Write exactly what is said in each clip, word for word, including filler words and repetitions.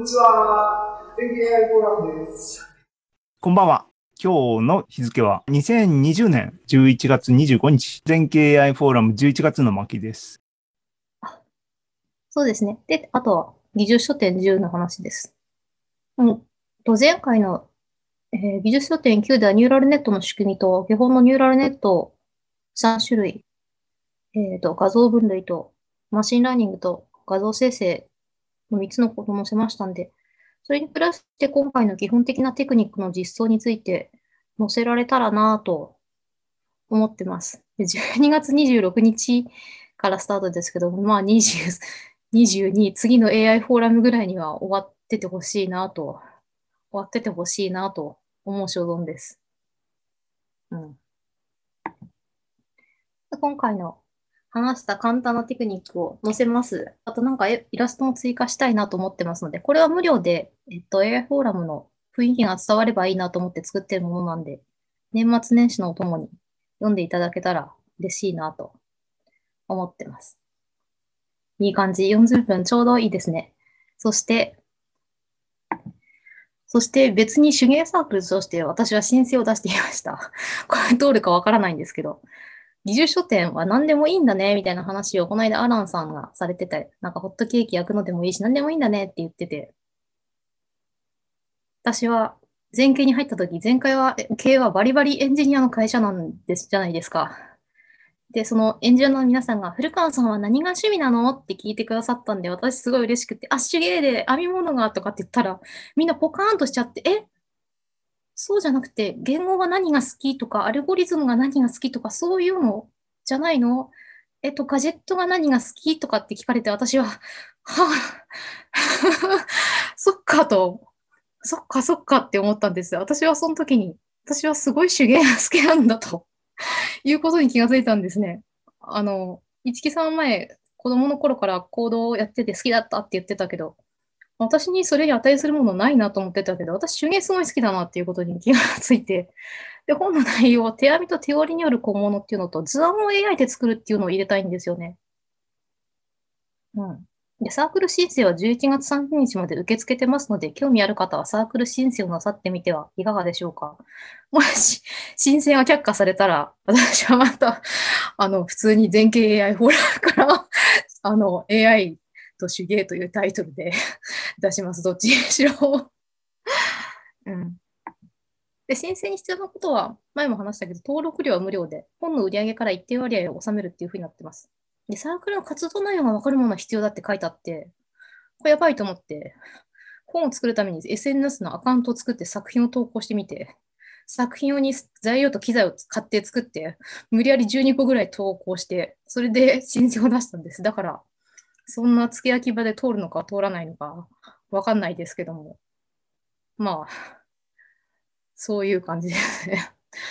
にちは。全景 エーアイ フォーラムです。 こんばんは。今日の日付はにせんにじゅうねんじゅういちがつにじゅうごにち、全景 エーアイ フォーラムじゅういちがつの巻です。 そうですね。で、あとは技術書店じゅうの話です。うん。と前回の、えー技術書店きゅうではニューラルネットの仕組みと基本のニューラルネットさん種類、えーと、画像分類とマシンラーニングと画像生成のみっつのことを載せましたんで、それにプラスして今回の基本的なテクニックの実装について載せられたらなぁと思ってます。で、じゅうにがつにじゅうろくにちからスタートですけど、まあにじゅう、にじゅうに、次の エーアイ フォーラムぐらいには終わっててほしいなと、終わっててほしいなと思う所存です。うん。今回の話した簡単なテクニックを載せます。あとなんかイラストも追加したいなと思ってますので、これは無料で、えっと、エーアイ フォーラムの雰囲気が伝わればいいなと思って作ってるものなんで、年末年始のお供に読んでいただけたら嬉しいなと思ってます。いい感じ。よんじゅっぷんちょうどいいですね。そして、そして別に手芸サークルとして私は申請を出していました。これ通るかわからないんですけど、技術書店は何でもいいんだね、みたいな話をこの間アランさんがされてて、なんかホットケーキ焼くのでもいいし、何でもいいんだねって言ってて、私は前経に入った時、前回は、経営はバリバリエンジニアの会社なんですじゃないですか。で、そのエンジニアの皆さんが、古川さんは何が趣味なのって聞いてくださったんで、私すごい嬉しくて、あ、手芸で編み物がとかって言ったら、みんなポカーンとしちゃって、え、そうじゃなくて、言語が何が好きとか、アルゴリズムが何が好きとか、そういうのじゃないの？えっと、ガジェットが何が好きとかって聞かれて、私は、はぁ、そっかと、そっかそっかって思ったんですよ。私はその時に、私はすごい手芸が好きなんだということに気がついたんですね。あの、一木さん前、子供の頃から行動をやってて好きだったって言ってたけど、私にそれに値するものないなと思ってたけど、私手芸すごい好きだなっていうことに気がついて、で、本の内容は手編みと手織りによる小物っていうのと図案を エーアイ で作るっていうのを入れたいんですよね。うん。で、サークル申請はじゅういちがつさんじゅうにちまで受け付けてますので、興味ある方はサークル申請をなさってみてはいかがでしょうか。もし申請が却下されたら、私はまた、あの、普通に全景 エーアイ フォーラムからあの、エーアイ と手芸というタイトルで出します。どっちにしろうん。で、申請に必要なことは、前も話したけど、登録料は無料で、本の売り上げから一定割合を納めるっていうふうになってます。で、サークルの活動内容が分かるものは必要だって書いてあって、これやばいと思って、本を作るために エスエヌエス のアカウントを作って作品を投稿してみて、作品用に材料と機材を買って作って、無理やりじゅうにこぐらい投稿して、それで申請を出したんです。だから、そんな付け焼き場で通るのか通らないのか、わかんないですけども。まあ、そういう感じですね。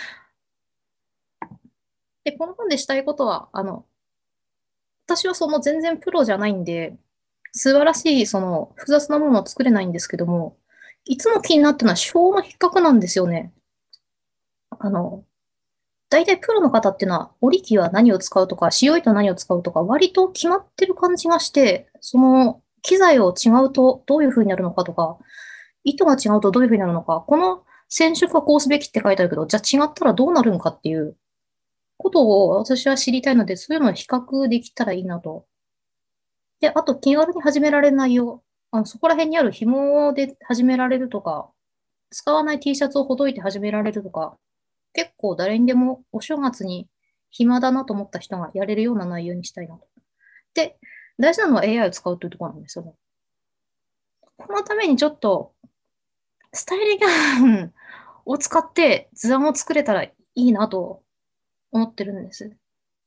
で、この本でしたいことは、あの、私はその全然プロじゃないんで、素晴らしい、その、複雑なものは作れないんですけども、いつも気になってるのは章の比較なんですよね。あの、大体プロの方っていうのは、織り機は何を使うとか、使用糸は何を使うとか、割と決まってる感じがして、その、機材を違うとどういう風になるのかとか、糸が違うとどういう風になるのか、この染色はこうすべきって書いてあるけど、じゃあ違ったらどうなるのかっていうことを私は知りたいので、そういうのを比較できたらいいなと。で、あと気軽に始められる内容。あのそこら辺にある紐で始められるとか、使わない T シャツをほどいて始められるとか、結構誰にでもお正月に暇だなと思った人がやれるような内容にしたいなと。で、大事なのは エーアイ を使うというところなんですよね。このためにちょっと、スタイリングを使って図案を作れたらいいなと思ってるんです。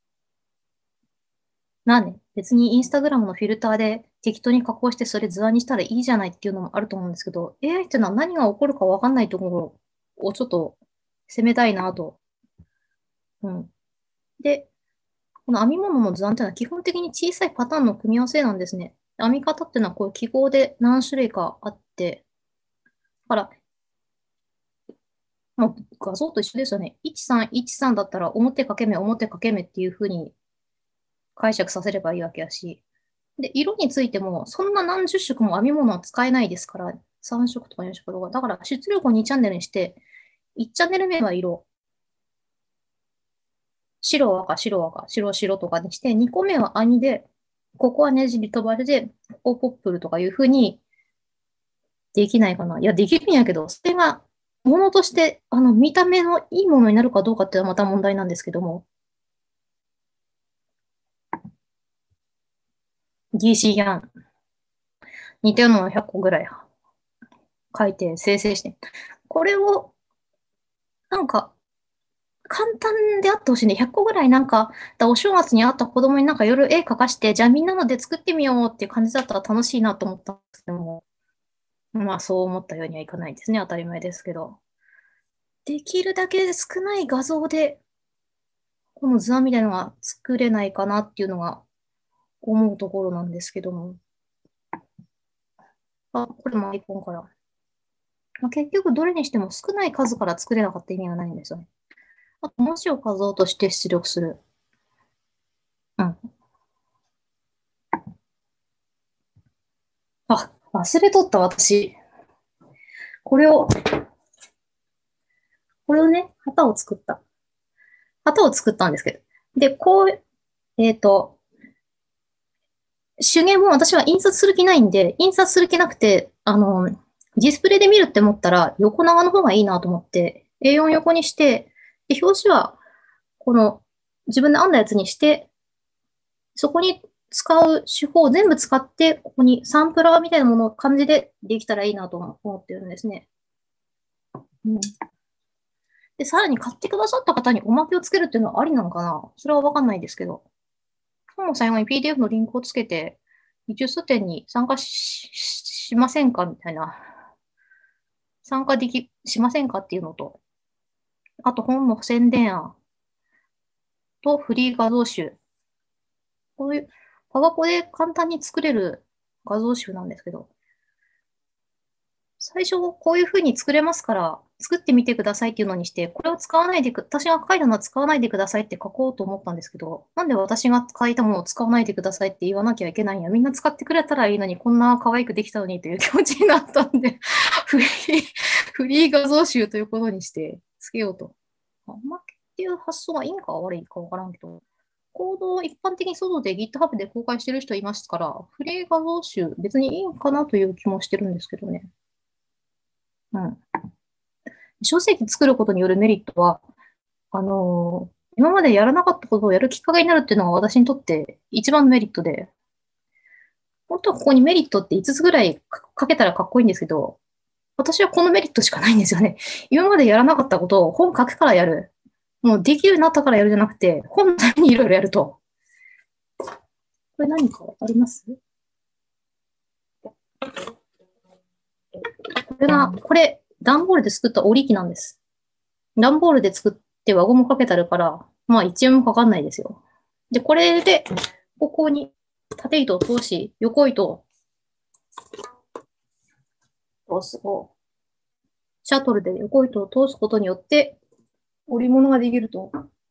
まあね、別にインスタグラムのフィルターで適当に加工してそれ図案にしたらいいじゃないっていうのもあると思うんですけど、エーアイ っていうのは何が起こるかわかんないところをちょっと攻めたいなと。うん。で、この編み物の図案っていうのは基本的に小さいパターンの組み合わせなんですね。編み方っていうのはこういう記号で何種類かあって、だから、もう画像と一緒ですよね。いちさんいちさんだったら表かけ目、表かけ目っていう風に解釈させればいいわけやし、 で、色についても、そんな何十色も編み物は使えないですから、さん色とかよん色とか。だから出力をにチャンネルにして、いちチャンネル目は色、白赤、白赤、白白とかにして、にこめは編みで、ここはねじりとバルで、ここポップルとかいう風にできないかな。いや、できるんやけど、それが、ものとして、あの、見た目のいいものになるかどうかっていうのはまた問題なんですけども、ディーシー やん。似たようなのをひゃっこぐらい書いて生成して。これを、なんか、簡単であってほしいね。ひゃっこぐらいなんか、だお正月に会った子供になんか夜絵描かして、じゃあみんなので作ってみようっていう感じだったら楽しいなと思ったんですけども、まあそう思ったようにはいかないですね。当たり前ですけど。できるだけ少ない画像で、この図案みたいなのが作れないかなっていうのが思うところなんですけども。あ、これもアイコンから。まあ、結局どれにしても少ない数から作れなかった意味がないんですよね。あと、文字を画像として出力する。うん。あ、忘れとった私。これを、これをね、旗を作った。旗を作ったんですけど。で、こう、えっと、手芸も私は印刷する気ないんで、印刷する気なくて、あの、ディスプレイで見るって思ったら、横長の方がいいなと思って、エーよん 横にして、で、表紙は、この、自分で編んだやつにして、そこに使う手法を全部使って、ここにサンプラーみたいなものを感じでできたらいいなと思ってるんですね。うん。で、さらに買ってくださった方におまけをつけるっていうのはありなのかな、それはわかんないですけど。本の最後に ピーディーエフ のリンクをつけて、美術展に参加し、しませんかみたいな。参加でき、しませんかっていうのと、あと本の宣伝案とフリー画像集。こういう、パワポで簡単に作れる画像集なんですけど、最初こういう風に作れますから、作ってみてくださいっていうのにして、これを使わないでく、私が書いたのは使わないでくださいって書こうと思ったんですけど、なんで私が書いたものを使わないでくださいって言わなきゃいけないんや。みんな使ってくれたらいいのに、こんな可愛くできたのにという気持ちになったんで、フリー、フリー画像集ということにしてつけようと。あんまけっていう発想がいいんか悪いかわからんけど、コードを一般的に外で GitHub で公開してる人いますから、フリー画像集別にいいんかなという気もしてるんですけどね。うん。書籍作ることによるメリットは、あのー今までやらなかったことをやるきっかけになるっていうのが私にとって一番のメリットで、本当はここにメリットっていつつぐらいかかけたらかっこいいんですけど、私はこのメリットしかないんですよね。今までやらなかったことを本書くからやる。もうできるようになったからやるじゃなくて、本のためにいろいろやると。これ何かわかります？これが、これ、段ボールで作った折り機なんです。段ボールで作って輪ゴムかけてあるから、まあいちえんもかかんないですよ。で、これで、ここに縦糸を通し、横糸を通す。シャトルで横糸を通すことによって、織物ができると。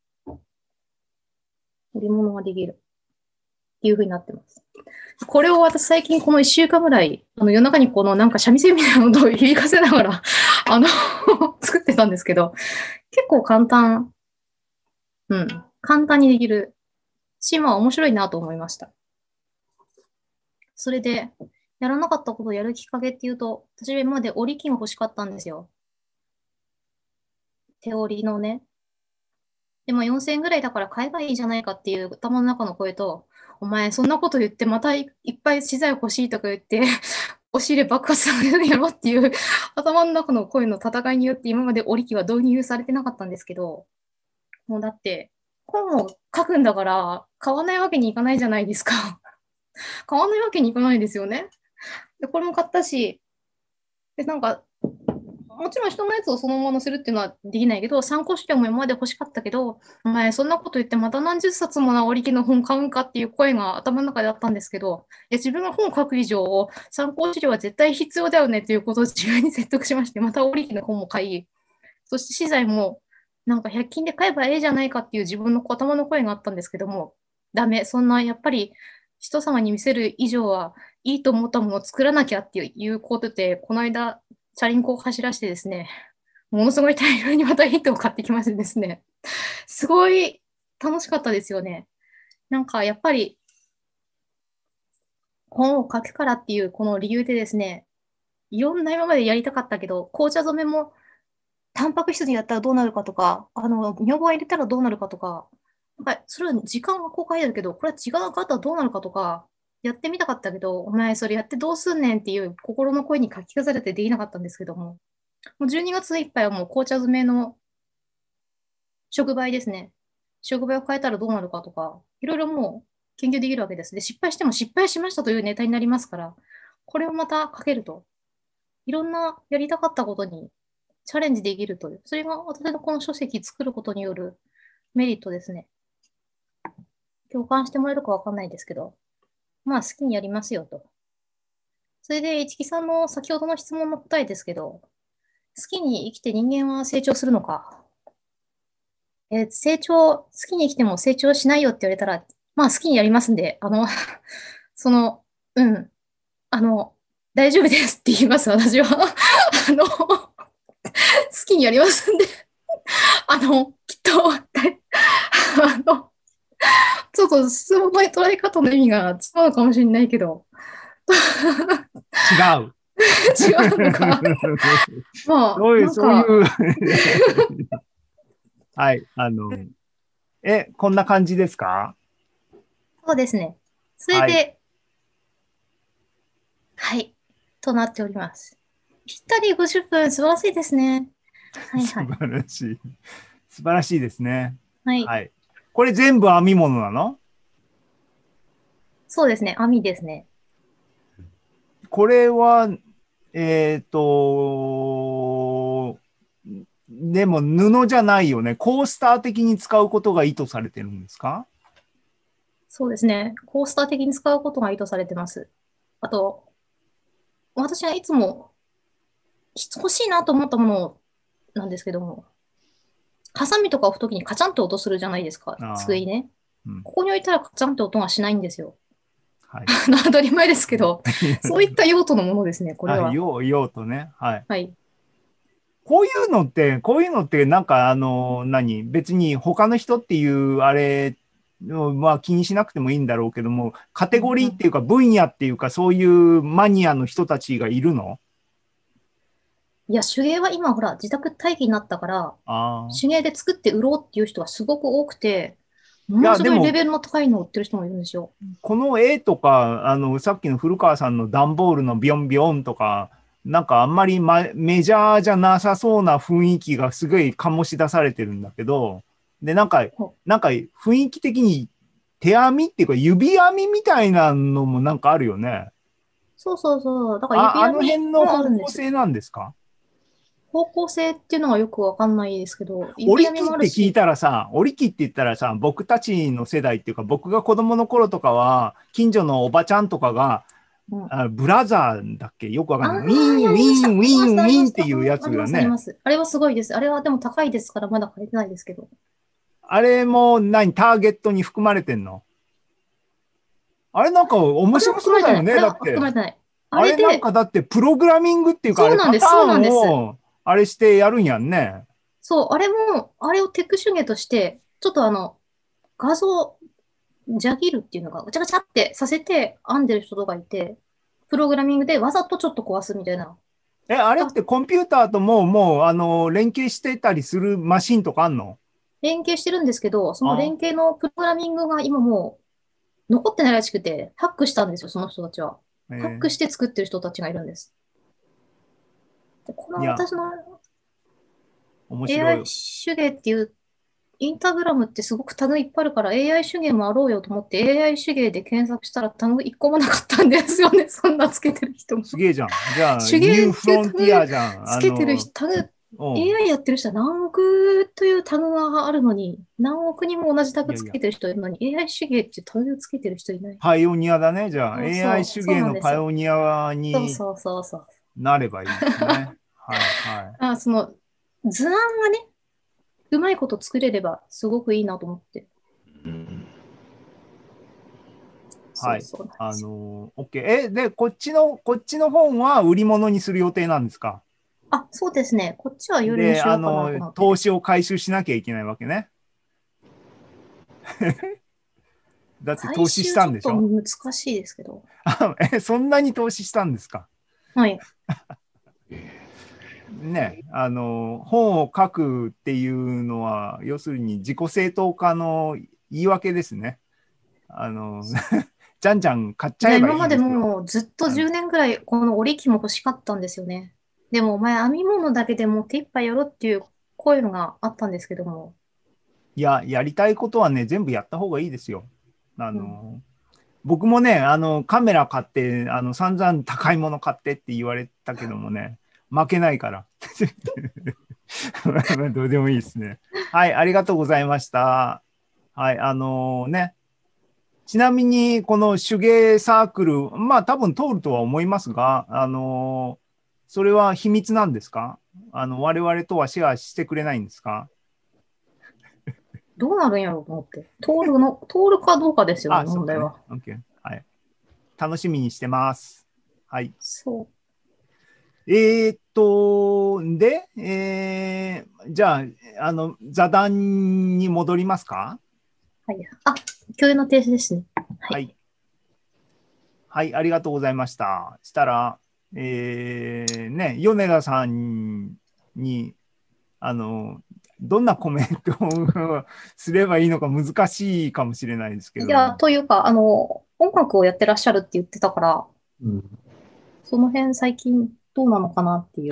織物ができる。っていう風になってます。これを私最近このいっしゅうかんぐらい、あの夜中にこのなんか三味線みたいなのを響かせながら、あの作ってたんですけど、結構簡単。うん。簡単にできるし、まあ面白いなと思いました。それで、やらなかったことをやるきっかけっていうと、私は今まで織り機が欲しかったんですよ。手織りのね。でもよんせんえんぐらいだから買えばいいじゃないかっていう頭の中の声と、お前そんなこと言ってまたいっぱい資材欲しいとか言って、押し入れ爆発させるやろっていう頭の中の声の戦いによって今まで織り機は導入されてなかったんですけど、もうだって本を書くんだから買わないわけにいかないじゃないですか。買わないわけにいかないですよね。で、これも買ったし、で、なんか、もちろん人のやつをそのまま載せるっていうのはできないけど、参考資料も今まで欲しかったけど、お前そんなこと言ってまた何十冊もな折り機の本買うんかっていう声が頭の中であったんですけど、いや自分が本を書く以上、参考資料は絶対必要だよねっていうことを自分に説得しまして、また折り機の本も買い、そして資材もなんかひゃく均で買えばええじゃないかっていう自分の頭の声があったんですけども、ダメ、そんなやっぱり人様に見せる以上はいいと思ったものを作らなきゃっていうことで、この間、チャリンコを走らせてですね、ものすごい大量にまたヒットを買ってきましてですね、すごい楽しかったですよね。なんかやっぱり本を書くからっていうこの理由でですね、いろんな今までやりたかったけど、紅茶染めもタンパク質にやったらどうなるかとか、あの、みょうが入れたらどうなるかとか、なんかそれは時間がこう書いてあるけど、これは時間がかかったらどうなるかとか、やってみたかったけど、お前それやってどうすんねんっていう心の声に書き消されてできなかったんですけども、もうじゅうにがついっぱいはもう紅茶詰めの触媒ですね。触媒を変えたらどうなるかとか、いろいろもう研究できるわけです。で、失敗しても失敗しましたというネタになりますから、これをまた書けると、いろんなやりたかったことにチャレンジできるという、それが私のこの書籍作ることによるメリットですね。共感してもらえるかわかんないですけど、まあ好きにやりますよと。それで、市木さんの先ほどの質問の答えですけど、好きに生きて人間は成長するのか。えー成長、好きに生きても成長しないよって言われたら、まあ好きにやりますんで、あの、その、うん、あの、大丈夫ですって言います、私は。あの、好きにやりますんで、あの、きっと、あの、ちょっと質問の捉え方の意味が違うかもしれないけど、 違う。 違うのか。まあ、 そういう、 なんか、 そういうはい、あの、え、こんな感じですか？ そうですね。それはい。 で、はい、となっております。ぴったりごじゅっぷん、素晴らしいですね。はいはい。 素晴らしい。素晴らしいですね。 はい。 はい。これ全部編み物なの？ そうですね。網ですね。 これは、えっと、でも布じゃないよね。コースター的に使うことが意図されてるんですか？ そうですね。コースター的に使うことが意図されてます。あと、私はいつも欲しいなと思ったものなんですけども、ハサミとか置くときにカチャンって音するじゃないですか。 ああ、 机ね。 うん。 ここに置いたらカチャンって音がしないんですよ。 はい。 あの当たり前ですけど、そういった用途のものですね、これあ、 は。 用、用とね。はい。 はい。 こういうのって、こういうのって、なんか、あの、何、別に他の人っていう、あれ、まあ気にしなくてもいいんだろうけども、カテゴうんうん、 リーっていうか、分野っていうか、そういうマニアの人たちがいるの？ いや、手芸は今、ほら、自宅待機になったから、 ああ。 手芸で作って売ろうっていう人がすごく多くて、もいや、 のすでも、 ごいレベルの高いのを売ってる人もいるんですよ。 この絵とか、あの、さっきの古川さんの段ボールのビョンビョンとか、なんかあんまり、ま、メジャーじゃなさそうな雰囲気がすごい醸し出されてるんだけど、で、なんか、 ほなんか雰囲気的に手編みっていうか指編みみたいなのもなんかあるよね。 そうそうそう。だからあ、 指あ編みの辺のもあるんです。 方向性なんですか？ 方向性っていうのはよくわかんないですけど、指編み織り機って聞いもあるし、 たらさ、織り機って言ったらさ、僕たちの世代っていうか、僕が子供の頃とかは、近所のおばちゃんとかが、 うん。 あ、ブラザーだっけよくわかああ、 んない。ウィーン、ウやりました。 ィーン、ウィありました、 ーン、ウありました。 ィーンっていうやあ、あります、ありつがね。 ます。あれはすごいです。あれはでも高いですから、まだ借りてないですけど。 あれも何、ターゲットに含まれてんの？あれなんか面あれは白含まれてない。あそうだよね。 れはだって。 含まれてない。ああれなんれで、 かだってプログラミングっていうか、あれパターそうなんです、そうなんです。 ンをあれしてやるんやんね。 そう、あれも、あれをテック手芸として、ちょっとあの、画像、ジャギルっていうのが、ガチャガチャってさせて編んでる人とかいて、プログラミングでわざとちょっと壊すみたいな。 え、あれっだてコンピューターとももう、あの、連携してたりするマシンとかあんの？ 連携してるんですけど、そのあ、 連携のプログラミングが今もう残ってないらしくて、ハックしたんですよ、その人たちは。 えハックーして作ってる人たちがいるんです。で、こいや、 の私の面白エーアイい。 手芸っていう、インタグラムってすごくタグいっぱいあるから エーアイ 手芸もあろうよと思って エーアイ 手芸で検索したらタグいっこもなかったんですよね。そんなつけてる人も。 すげえじゃん。じゃあ、 手芸っニューフロンティていうタグアじゃん。 つけてるあの、 人、タグ、 うん。 エーアイ やってる人は何億というタグがあるのに、何億にも同じタいやいや、 グつけてる人いるのに、エーアイ 手芸っていうタグつけてる人いない。 パイオニアだね。じゃあ、 そうエーアイそう、 手そう芸のパイなんですよ。 オニアにそうそうそうそう。 なればいいですね。はいはい。 あ、その図案がね、うまいこと作れればすごくいいなと思って。 そうそうなんあですよ。 の、OK。え、で、こっちの、こっちの本は売り物にする予定なんですか？ あ、そうですね。こっちは有料にで、 しようかなとあの、 思ってて。 投資を回収しなきゃいけないわけね。だって投資し回収ちょったんでしょ？ と難しいですけど。 あえ、そんなに投資したんですか？ はい。 ね、あの、本を書くっていうのは、要するに自己正当化の言い訳ですね。あの、じゃんじゃん買っちいや、 ゃえば今までいいですよ。 もうずっとあのじゅうねんぐらいこの織り機も欲しかったんですよね。でもお前編み物だけでも手一杯やろっていう声があったんですけども。 いや、やりたいことはね、全部やった方がいいですよ。あうん。 の、僕もね、あの、カメラ買って、あの、散々高いもの買ってって言われたけどもね、負けないから。まあどうでもいいですね。はい、ありがとうございました。はい、あのね、ちなみに、この手芸サークル、まあ多分通るとは思いますが、あのそれは秘密なんですか？あの、我々とはシェアしてくれないんですか？ どうなるんやろうと思って。通るの、通るかどうかですよね、 あ、そうかね。 問題は。 OK。はい。楽しみにしてます。はい。 そえーっと、で、えーじゃあ、あの、座談に戻りますか？ う。はい。あ、共有の停止ですね。はい。 はい。はい、ありがとうございました。したら、えーね、米田さんに、あの、どんなコメントをすればいいのか難しいかもしれないですけいや、 ども。 というか、あの、音楽をやってらっしゃるって言ってたから、 うん、 その辺最近どうなのかなっていう。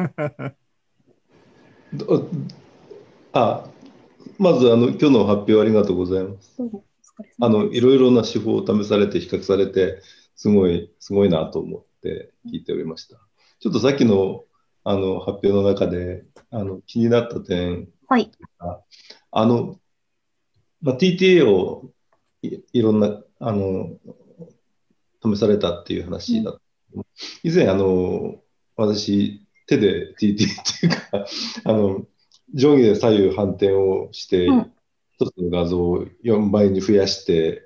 どあ、まずあの今日の発表ありがとうございます。 どうもお疲れあの様です。 いろいろな手法を試されて比較されて、すごい、すごいなと思って聞いておりました。ちょっとさっきの、あの発表の中であの気になった点はい。 が、あの、まあ、ティーティーエー をい、いろんなあの試されたっていううん。 話だった。以前、あの私、手で ティーティーエー っていうか、あの上下左右反転をして、 うん。 一つの画像をよんばいに増やして、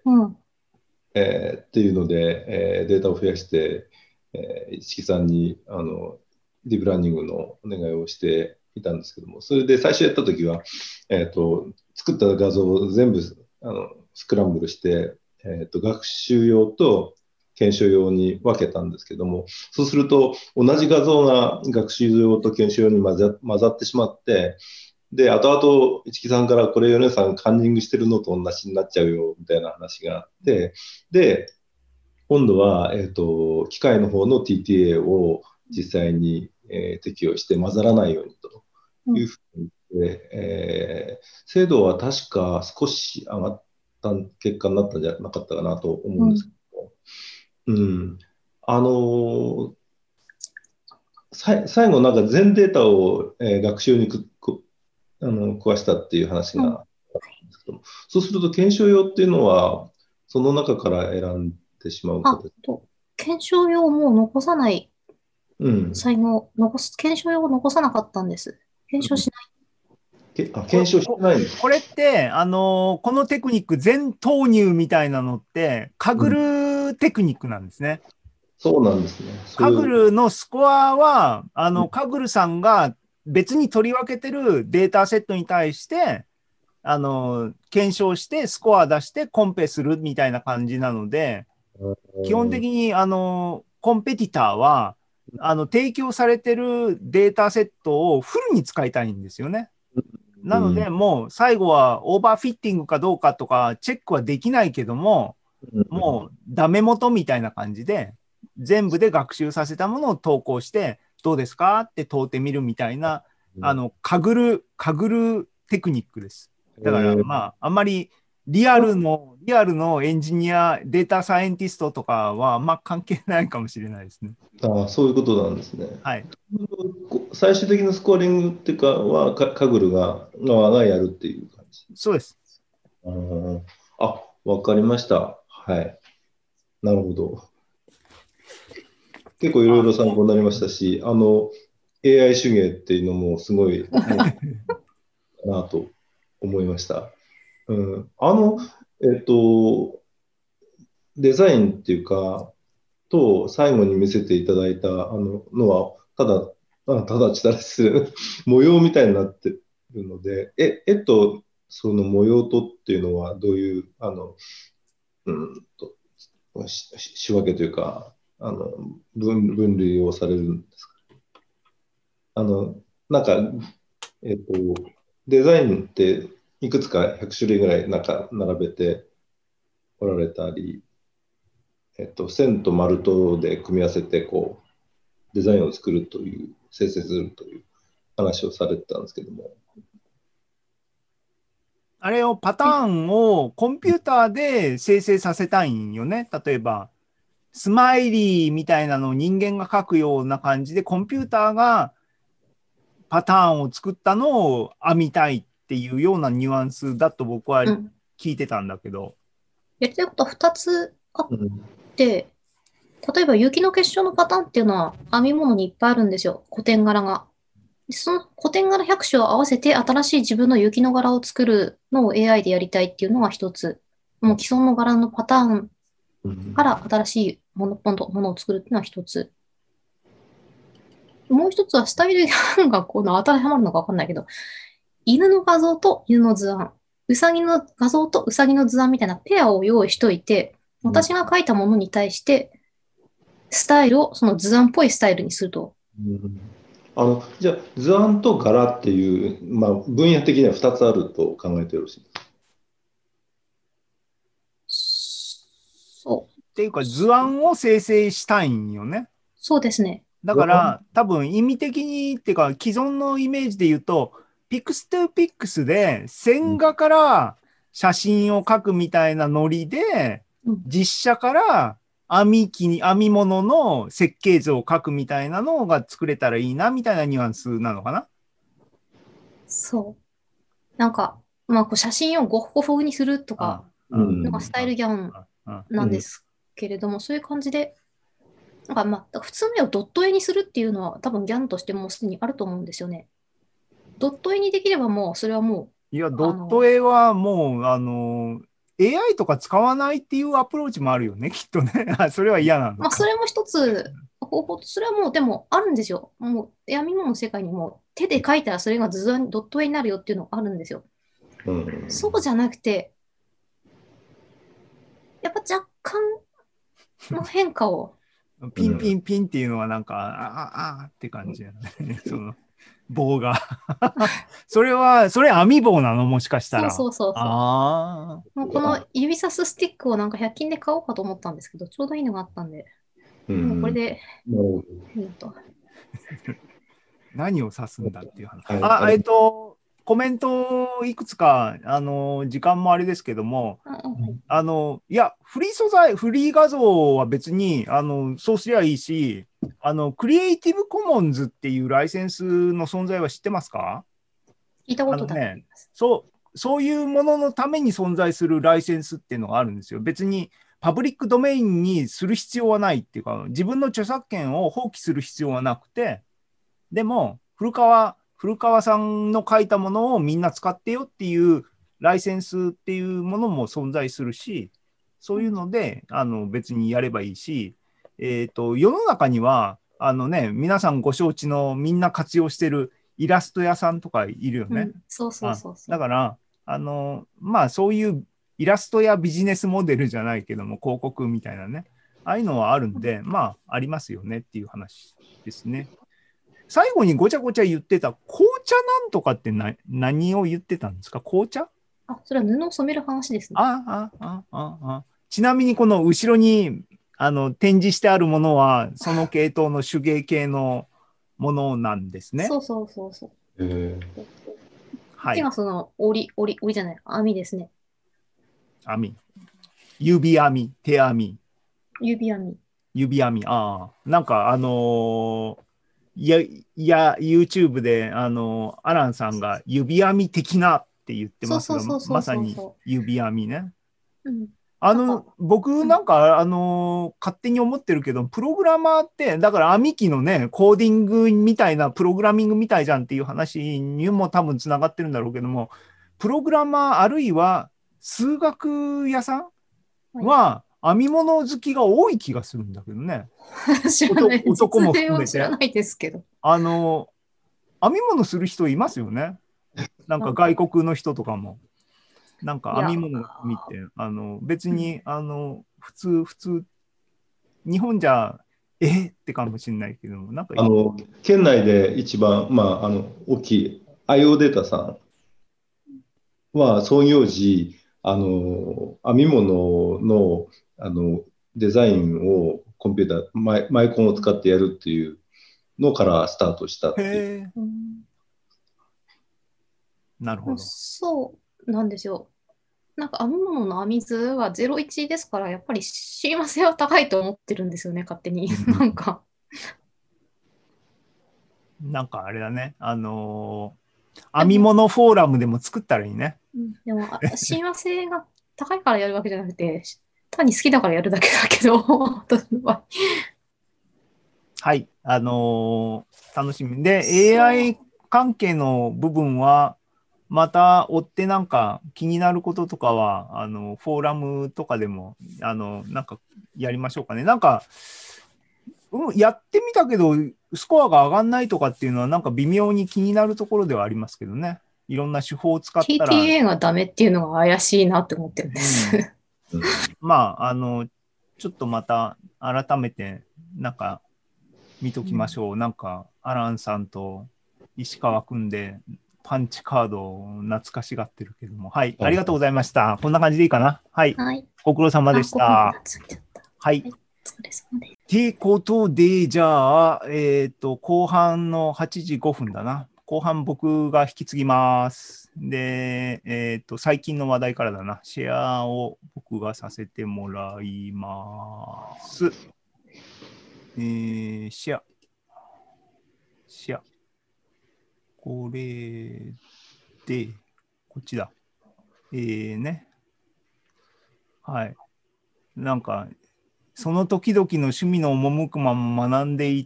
うん。 えーっていうので、えーデータを増やして、えー、一木さんにあのディープラーニングのお願いをしていたんですけども、それで最初やったときは、えーと、作った画像を全部あのスクランブルして、えーと、学習用と検証用に分けたんですけども、そうすると同じ画像が学習用と検証用に混ざ混ざってしまって、で、後々、市木さんからこれ、米さんカンニングしてるのと同じになっちゃうよ、みたいな話があって、で、今度は、えっと、機械の方の ティーティーエー を実際に、えー適用して混ざらないようにとうん。 いうふうに言って、えー精度は確か少し上がった結果になったんじゃなかったかなと思うんですけうん。 ど、うん。あのーさい最後、なんか全データを、えー学習にくくあの壊したっていう話うん。 があったんですけども、そうすると検証用っていうのは、その中から選んでしまうあ、 形。 と、検証用も残さない、 うん。 才能、残す、検証用を残さなかったんです。検証しない。 けあ、 こ検証してこないんです。 これって、あのこのテクニック、全投入みたいなのって、カグうん。 ルテクニックなんですね。 そうなんですね。そカれを、 グルのスコアは、あうんの、カグルさんが別に取り分けてるデータセットに対して、あの、検証してスコア出してコンペするみたいな感じなので、基本的に、あの、コンペティターは、あの、提供されてるデータセットをフルに使いたいんですよね。なので、 うん。 もう最後はオーバーフィッティングかどうかとかチェックはできないけども、 うん。 もうダメ元みたいな感じで、全部で学習させたものを投稿して、どうですかって問うてみるみたいな、あの、かぐる、かぐるテクニックです。だから、 えー、 まあ、あんまりリアルの、リアルのエンジニア、データサイエンティストとかは、まあ、関係ないかもしれないですね。 あ、そういうことなんですね。 はい。 こ最終的なスコアリングっていうかは、かカグルが、側がやるっていう感じ。 そうです。 あーあ、わかりました。はい。なるほど。結構いろいろあ、 参考になりましたし、あの、エーアイ 手芸っていうのもすごい面白いなと思いました。うん、あの、えっと、 デザインっていうか、と最後に見せていただいたあののは、ただ、あただちたら失礼模様みたいになってるので、え、絵とその模様とっていうのはどういう、あの、うんと、しし仕分けというか、あの、分、分類をされるんですか？あの、なんか、えっと、デザインっていくつかひゃく種類ぐらいなんか並べておられたり、えっと、線と丸とで組み合わせて、こう、デザインを作るという、生成するという話をされてたんですけども。 あれをパターンをコンピューターで生成させたいんよね。例えば、スマイリーみたいなのを人間が書くような感じで、コンピューターがパターンを作ったのを編みたいっていうようなニュアンスだと僕はうん。 聞いてたんだけど。 やりたいことはふたつあっうんて、例えば雪の結晶のパターンっていうのは編み物にいっぱいあるんですよ。古典柄が。でその古典柄ひゃく種を合わせて新しい自分の雪の柄を作るのを エーアイ でやりたいっていうのが一つ。もう既存の柄のパターンうんから新しいもの、ものものを作るっていうのは一つ。もう一つはスタイルがこう当てはまるのかわかんないけど、犬の画像と犬の図案、うさぎの画像とうさぎの図案みたいなペアを用意しといて、私が書いたものに対して、スタイルをその図案っぽいスタイルにすると。 うんあの、じゃあ、図案と柄っていう、まあ、分野的にはふたつあると考えてよろしいですそう。 っていうか図案を生成したいんよね。 そうですね。 だから多分意味的にっていうか既存のイメージで言うと、ピクストゥピックスで線画から写真を描くみたいなノリで、 うん実写から編み機に編み物の設計図を描くみたいなのが作れたらいいなみたいなニュアンスなのかな。 そう。なんか、まあ、こう写真をゴッホ風にするとか、 うんなんかスタイルギャンうんなんですけれども、そういう感じで、なんかまあ、普通の絵をドット絵にするっていうのは多分ギャンとしてもうすでにあると思うんですよね。ドット絵にできればもう、それはもいや、 う、 ドッあの、 ト絵はもう、あの、エーアイ とか使わないっていうアプローチもあるよね、きっとね。あそれは嫌なのまあ、そか。 れも一つ方法と、それはもうでもあるんですよ。もう、編み物の世界にも手で描いたらそれが図案、ドット絵になるよっていうのがあるんですよ。 うんそうじゃなくて、やっぱ若干の変化を、 ピンピンピンっていうのはなんか、ああ、あって感じだね。その棒が。それは、それ網棒なのもしかしたら。 そうそうそうそう。 ああ。 もうこの指さすスティックをなんかひゃく均で買おうかと思ったんですけど、ちょうどいいのがあったんで、 うんもうこれでなるほどいいなと。 何を指すんだっていう話。 はいあ、 あえっと、コメントいくつか、あの、時間もあれですけども、 ああはいあの、いや、フリー素材、フリー画像は別に、あの、そうすりゃいいし、あの、クリエイティブコモンズっていうライセンスの存在は知ってますか？ 聞いたことだと思いあのね、 ます。 そう、そういうもののために存在するライセンスっていうのがあるんですよ。別にパブリックドメインにする必要はないっていうか、自分の著作権を放棄する必要はなくて、でも、古川、古川さんの書いたものをみんな使ってよっていうライセンスっていうものも存在するし、そういうので、あの別にやればいいし、えっと、世の中には、あのね、皆さんご承知のみんな活用してるイラスト屋さんとかいるよね。 うん、そうそうそうそう。 だから、あの、まあそういうイラストやビジネスモデルじゃないけども、広告みたいなね、ああいうのはあるんで、まあありますよねっていう話ですね。最後にごちゃごちゃ言ってた紅茶なんとかってな何を言ってたんですか？紅茶？ あ、それは布を染める話ですね。 ああ、ああ、ああ。ちなみにこの後ろにあの展示してあるものは、その系統の手芸系のものなんですね。 そうそうそうそう。 えーはい。 手がその折り、折り、折りじゃない、網ですね。 網。指網、手網、 指網。 指網。ああ。なんかあのーいや、いや、YouTube で、あのーアランさんが指網的なって言ってますが、 そうそうそうそうそうまさに指網ね。 うん。 あのなんか、 僕なんか、あの勝手に思ってるけど、プログラマーって、だから編機のね、コーディングみたいな、プログラミングみたいじゃんっていう話にも多分つながってるんだろうけども、プログラマーあるいは数学屋さんは、 編み物好きが多い気がするんだけどね。 知らない。 男も含めて実例を知らないですけど。 あの、編み物する人いますよね。なんか外国の人とかも。なんか編み物が見て、あの別に、あの普通、普通、日本じゃ、えってかもしれないけど、なんかあの県内で一番、まあ、あの大きい アイオー データさんは創業時、あの編み物の、あのデザインをコンピューター、マイ、マイコンを使ってやるっていうのからスタートしたっていう。 へー、 うん、 なるほど。 そうなんですよ。なんか編み物の編み図はゼロイチですから、やっぱり親和性は高いと思ってるんですよね、勝手に。 うんなんか。 なんかあれだね、あのー編み物フォーラムでも作ったらいいね。 うんでも、あ親和性が高いからやるわけじゃなくて、単に好きだからやるだけだけど、私の場合。 はい、あのー楽しみ。で、 そうエーアイ 関係の部分は、また追ってなんか気になることとかは、あの、フォーラムとかでも、あの、なんかやりましょうかね。なんか、うん、やってみたけど、スコアが上がんないとかっていうのは、なんか微妙に気になるところではありますけどね。いろんな手法を使ったら、 ティーティーエー がダメっていうのが怪しいなって思ってるんでうん、 す。 うんまあ、あの、ちょっとまた改めて、なんか見ときましょう。なんか、アランさんと石川くんで、パンチカードを懐かしがってるけども。はい、ありがとうございました。こんな感じでいいかな。はい、 はい。 ご苦労様でしあ、ご飯になたっ。ちゃった。 ははいい。お疲れ様です。 ってことで、じゃあ、えっと、後半のはちじごふんだな。後半僕が引き継ぎます。で、えっと、最近の話題からだな。シェアを僕がさせてもらいます。えー、シェア。シェア。これで、こっちだ。えーね。はい。なんか、その時々の趣味の赴くまま学んでいって、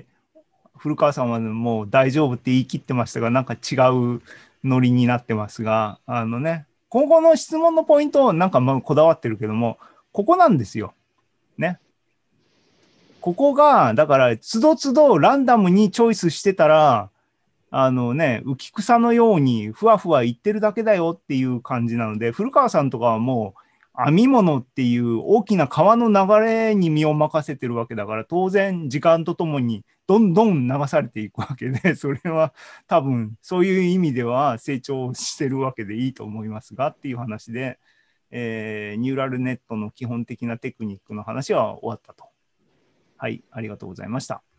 古川さんはもう大丈夫って言い切ってましたが、なんか違うノリになってますが、あのね、今後の質問のポイント、なんかまあこだわってるけども、ここなんですよ。ね。ここが、だから、つどつどランダムにチョイスしてたら、あのね、浮き草のようにふわふわ言ってるだけだよっていう感じなので、古川さんとかはもう、編み物っていう大きな川の流れに身を任せてるわけだから、当然時間とともにどんどん流されていくわけで、それは多分そういう意味では成長してるわけでいいと思いますがっていう話で、えーニューラルネットの基本的なテクニックの話は終わったと。はい、ありがとうございました。